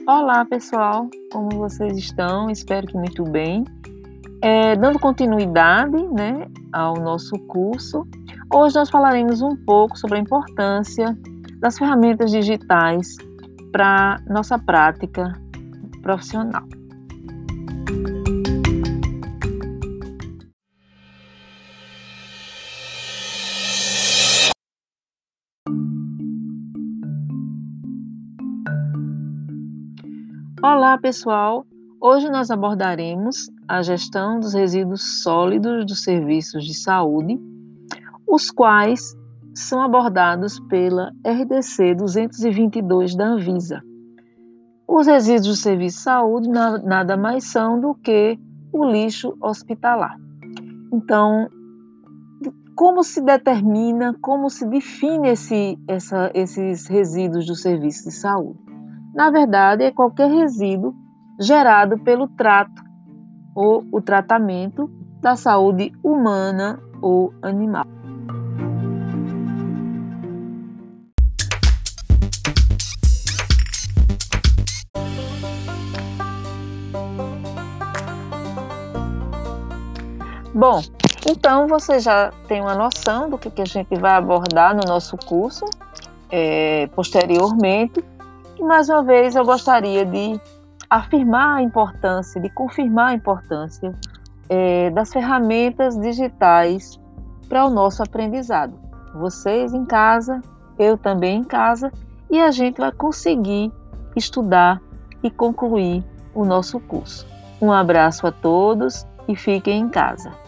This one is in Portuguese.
Olá, pessoal, como vocês estão? Espero que muito bem. Dando continuidade, né, ao nosso curso, hoje nós falaremos um pouco sobre a importância das ferramentas digitais para nossa prática profissional. Olá, pessoal! Hoje nós abordaremos a gestão dos resíduos sólidos dos serviços de saúde, os quais são abordados pela RDC 222 da Anvisa. Os resíduos do serviço de saúde nada mais são do que o lixo hospitalar. Então, como se determina, como se define esses resíduos do serviço de saúde? Na verdade, é qualquer resíduo gerado pelo trato ou o tratamento da saúde humana ou animal. Bom, então você já tem uma noção do que a gente vai abordar no nosso curso posteriormente. E mais uma vez eu gostaria de afirmar a importância, de confirmar a importância das ferramentas digitais para o nosso aprendizado. Vocês em casa, eu também em casa, e a gente vai conseguir estudar e concluir o nosso curso. Um abraço a todos e fiquem em casa.